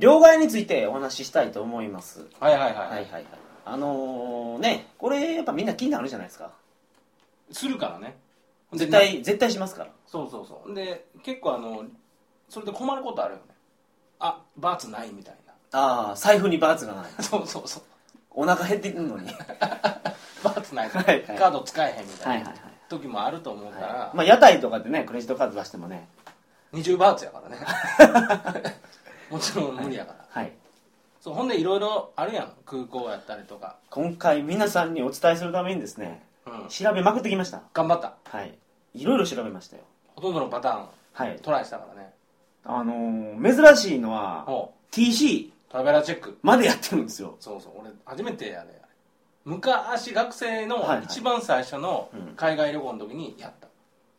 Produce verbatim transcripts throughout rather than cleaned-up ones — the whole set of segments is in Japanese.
両替についてお話ししたいと思います。 はいはいはい、 はいはいはい。あのー、ね、これやっぱみんな気になるじゃないですか。 するからね。 絶対絶対しますから。 そうそうそう。で結構あのそれで困ることあるよね。あ、バーツないみたいな。 ああ、財布にバーツがない。 そうそうそう。 お腹減ってるのにバーツない、 はいはい、 カード使えへんみたいな時もあると思うから、はいはい、 まあ屋台とかでねクレジットカード出してもねにじゅうバーツやからねもちろん無理やから、 はい、はい、 そうほんでいろいろあるやん、空港やったりとか。 今回皆さんにお伝えするためにですね、うん、調べまくってきました。 頑張った。 はい、いろいろ調べましたよ。 ほとんどのパターン、はい、トライしたからね。 あのー、珍しいのは ティーシートラベラーチェックまでやってるんですよ。 そうそう、俺初めてやで、昔学生の一番最初の海外旅行の時にやった、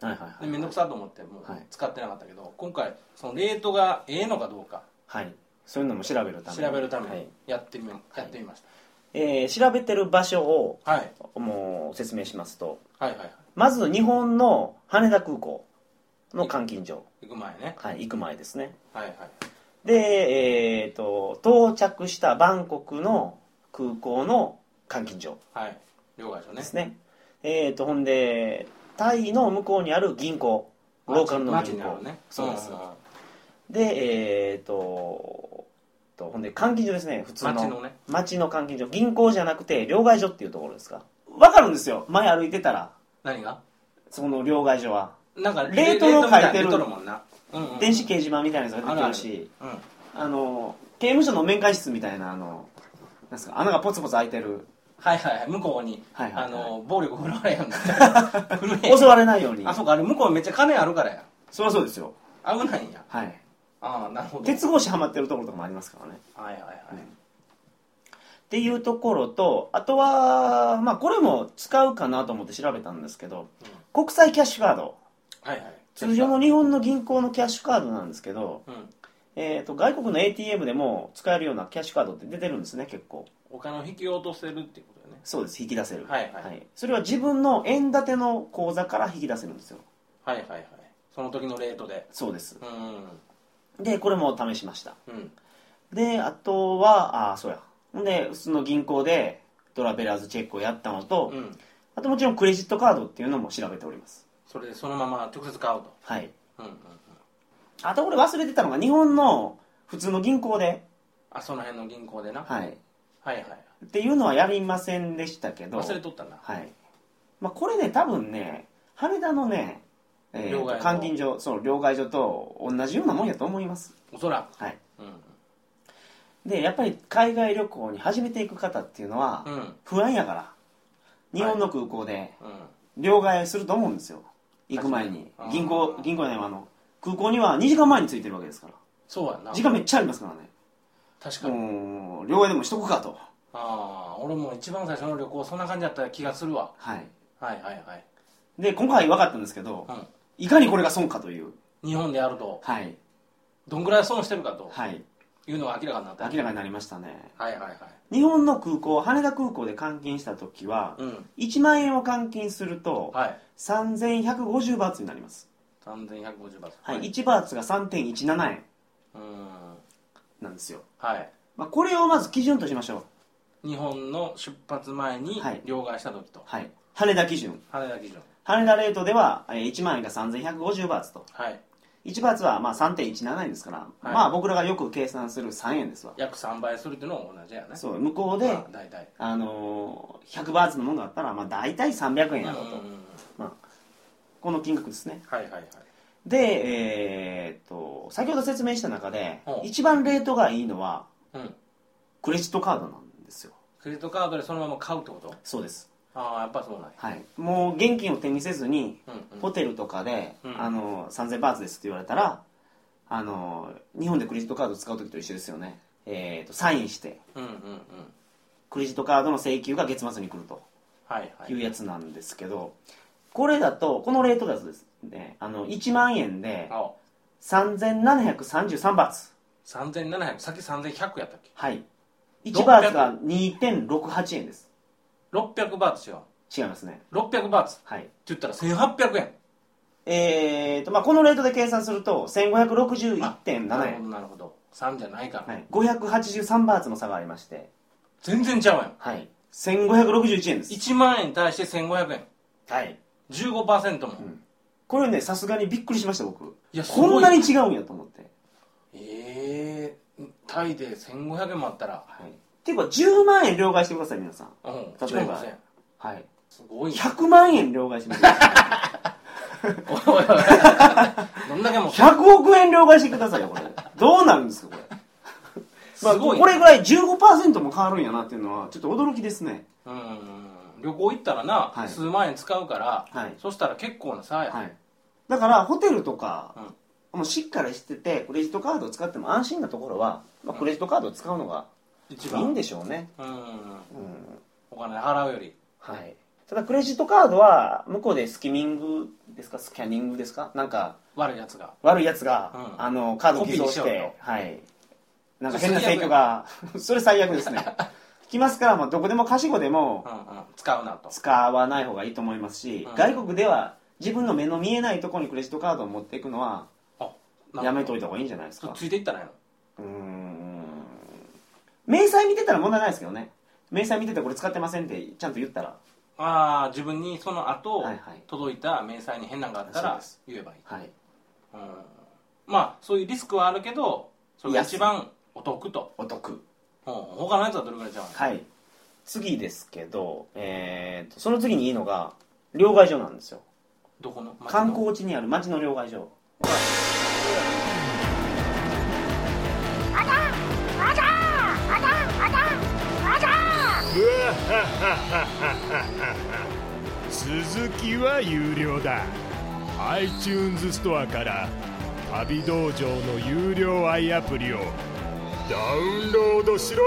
はいはい、で面倒くさと思ってもう使ってなかったけど、はい、今回そのレートがええのかどうか、はい、 そういうのも調べるために調べるためにやってみ、はい、やってみました。 えー、調べてる場所を、はい、もう説明しますと、はいはいはい、まず日本の羽田空港の監禁所、 行く前ね、 はい、行く前ですね、 はいはい、 で、えー、と到着したバンコクの空港の監禁所、 はい、両替所ねですね。えー、とほんでタイの向こうにある銀行、ローカルの銀行、ね、そうです。で、えー、ととほんで監禁所ですね、普通の町のね、町の監禁所、銀行じゃなくて両替所っていうところですか。分かるんですよ、前歩いてたら。 何が？ その両替所はなんかレートの書いてるもんな、うんうん、 電子掲示板みたいなやつが出てるし、あ, るあ, る、うん、あの刑務所の面会室みたいなあのなんすか、穴がポツポツ開いてる、 はいはいはい、向こうに、はいはいはい、あの暴力振るわれへんの襲われないように。 あ、そうか、あれ向こうめっちゃ金あるからや。 そりゃそうですよ、 危ないんや。 はい、 ああ、なるほど。 鉄格子はまってるところとかもありますからね。 はいはいはい、うん、 っていうところと、あとはまあこれも使うかなと思って調べたんですけど、うん、国際キャッシュカード、はいはい、通常の日本の銀行のキャッシュカードなんですけど、うん、えー、と外国の エーティーエム でも使えるようなキャッシュカードって出てるんですね、結構。 お金を引き落とせるっていうことだよね。そうです、 引き出せる、 はいはいはい、 それは自分の円建ての口座から引き出せるんですよ。 はいはいはい、その時のレートで。 そうです、 うん、 でこれも試しました、うん、であとはあそうやで普通の銀行でトラベラーズチェックをやったのと、うん、あともちろんクレジットカードっていうのも調べております。 それでそのまま直接買うと。 はい、うんうんうん、あとこれ忘れてたのが日本の普通の銀行で、 あ、その辺の銀行でな、 はい、 はいはいっていうのはやりませんでしたけど、 忘れとったな、 はい、まあ、これね多分ね羽田のね、えー、と監禁所、そう両替所と同じようなもんやと思います、 おそらく、 はい、うん、でやっぱり海外旅行に初めて行く方っていうのは不安やから、うん、日本の空港で両替すると思うんですよ、行く前に。銀行銀行じゃない、あの空港にはにじかんまえに着いてるわけですから。 そうやな、 時間めっちゃありますからね。 確かに、 もう両替でもしとくかと。 ああ、俺も一番最初の旅行そんな感じだった気がするわ、 はい、 はいはいはい。 で今回分かったんですけど、うん、いかにこれが損かという、 日本でやると、 はい、 どんぐらい損してるかと、 はい、 いうのが明らかになった。 明らかになりましたね。 はいはいはい。 日本の空港、羽田空港で換金した時は、うん、いちまんえんを換金すると、はい、さんぜんひゃくごじゅうバーツになります。 さんぜんひゃくごじゅうバーツ、 はいはい、いちバーツが さんてんいちななえんなんですよ。はい、まあ、これをまず基準としましょう。日本の出発前に両替した時と、 はい、羽田基準。 羽田基準。 羽田レートではいちまんえんがさんぜんひゃくごじゅうバーツと、はい、いちバーツはまあ さんてんいちななえんですから、はい、まあ僕らがよく計算するさんえんですわ。 約さんばいするっていうのは同じやね。 そう、向こうで、まあ、大体あのー、ひゃくバーツのものがあったら、まあ、大体さんびゃくえんやろうと、まあ、この金額ですね。 はいはいはい。 で、えー、っと先ほど説明した中で一番レートがいいのは、うん、クレジットカードなんですよ。 クレジットカードでそのまま買うってこと？ そうです。 ああ、やっぱそうなんや。 はい、もう現金を手にせずに、うんうん、ホテルとかで、うん、あのさんぜんバーツですって言われたら、あの日本でクレジットカードを使う時と一緒ですよね。えー、とサインして、うんうんうん、クレジットカードの請求が月末に来るというやつなんですけど、はいはい、これだとこのレートだとですね、あのいちまんえんでさんぜんななひゃくさんじゅうさんバーツ。 さんぜんななひゃく、さっきさんぜんひゃくやったっけ？ はい、いちバーツが にてんろくはちえんです。 ろっぴゃくバーツ違う？違いますね。 ろっぴゃくバーツ、はい、って言ったらせんはっぴゃくえん。 えーとまあ、このレートで計算するとせんごひゃくろくじゅういってんななえん。 なるほどなるほど。 さんじゃないから、 はい、ごひゃくはちじゅうさんバーツの差がありまして、 全然ちゃうやん。 はい、せんごひゃくろくじゅういちえんです。 いちまんえんに対してせんごひゃくえん、 はい、 じゅうごパーセント も、うん、 これねさすがにびっくりしました。僕いやこんなに違うんやと思って。 ええー、タイでせんごひゃくえんもあったら、 はい、っていうかじゅうまんえん両替してください皆さん、 うん、 例えば、はい、 すごい、ね、 ひゃくまんえん両替してくださいどんだけもひゃくおくえん両替してくださいよこれ。どうなるんですかこれまあ、これぐらい じゅうごパーセント も変わるんやなっていうのはちょっと驚きですね。 うん、旅行行ったらな、はい、数万円使うから、はい、そしたら結構な差や、 はい、だからホテルとか、うん、もうしっかりしててクレジットカードを使っても安心なところは、まあ、クレジットカードを使うのがいいんでしょうね。うん、うん、 お金払うより、 はい、ただクレジットカードは向こうでスキミングですかスキャニングですか、なんか悪いやつが悪いやつが、うん、あのカード偽造して、はい、なんか変な請求がそれ最悪ですね来ますから、まあ、どこでも貸し子でも、 うんうん、使うなと使わない方がいいと思いますし、うん、外国では自分の目の見えないところにクレジットカードを持っていくのはやめといた方がいいんじゃないですか。 ついていったらいいの。 うーん、明細見てたら問題ないですけどね。明細見ててこれ使ってませんってちゃんと言ったら、 ああ自分にその後、はいはい、届いた明細に変なのがあったら言えばいい、はい、うん、まあそういうリスクはあるけどそれが一番お得と。 お得、 うん、他のやつはどれぐらいちゃうの。 はい、次ですけど、えーとその次にいいのが両替所なんですよ。 どこの観光地にある町の両替所。 続きは有料だ。 iTunes ストアから旅道場の有料 i アプリをダウンロードしろ。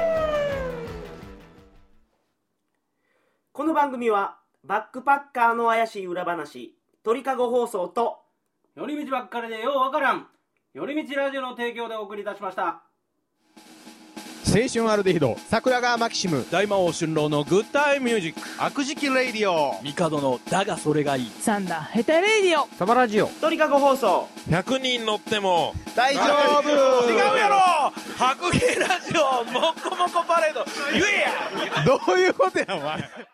この番組はバックパッカーの怪しい裏話、鳥かご放送と寄り道ばっかりでようわからん寄り道ラジオの提供でお送りいたしました。 青春アルデヒド、桜川マキシム、 大魔王春郎のグッタイムミュージック、 悪事記レイディオ、 帝のだがそれがいい、 サンダーヘタレイディオ、 サバラジオ、鳥かご放送、 ひゃくにん乗っても大丈夫。違うやろ、白芸ラジオもっこもこパレード言えや。 どういうことやお前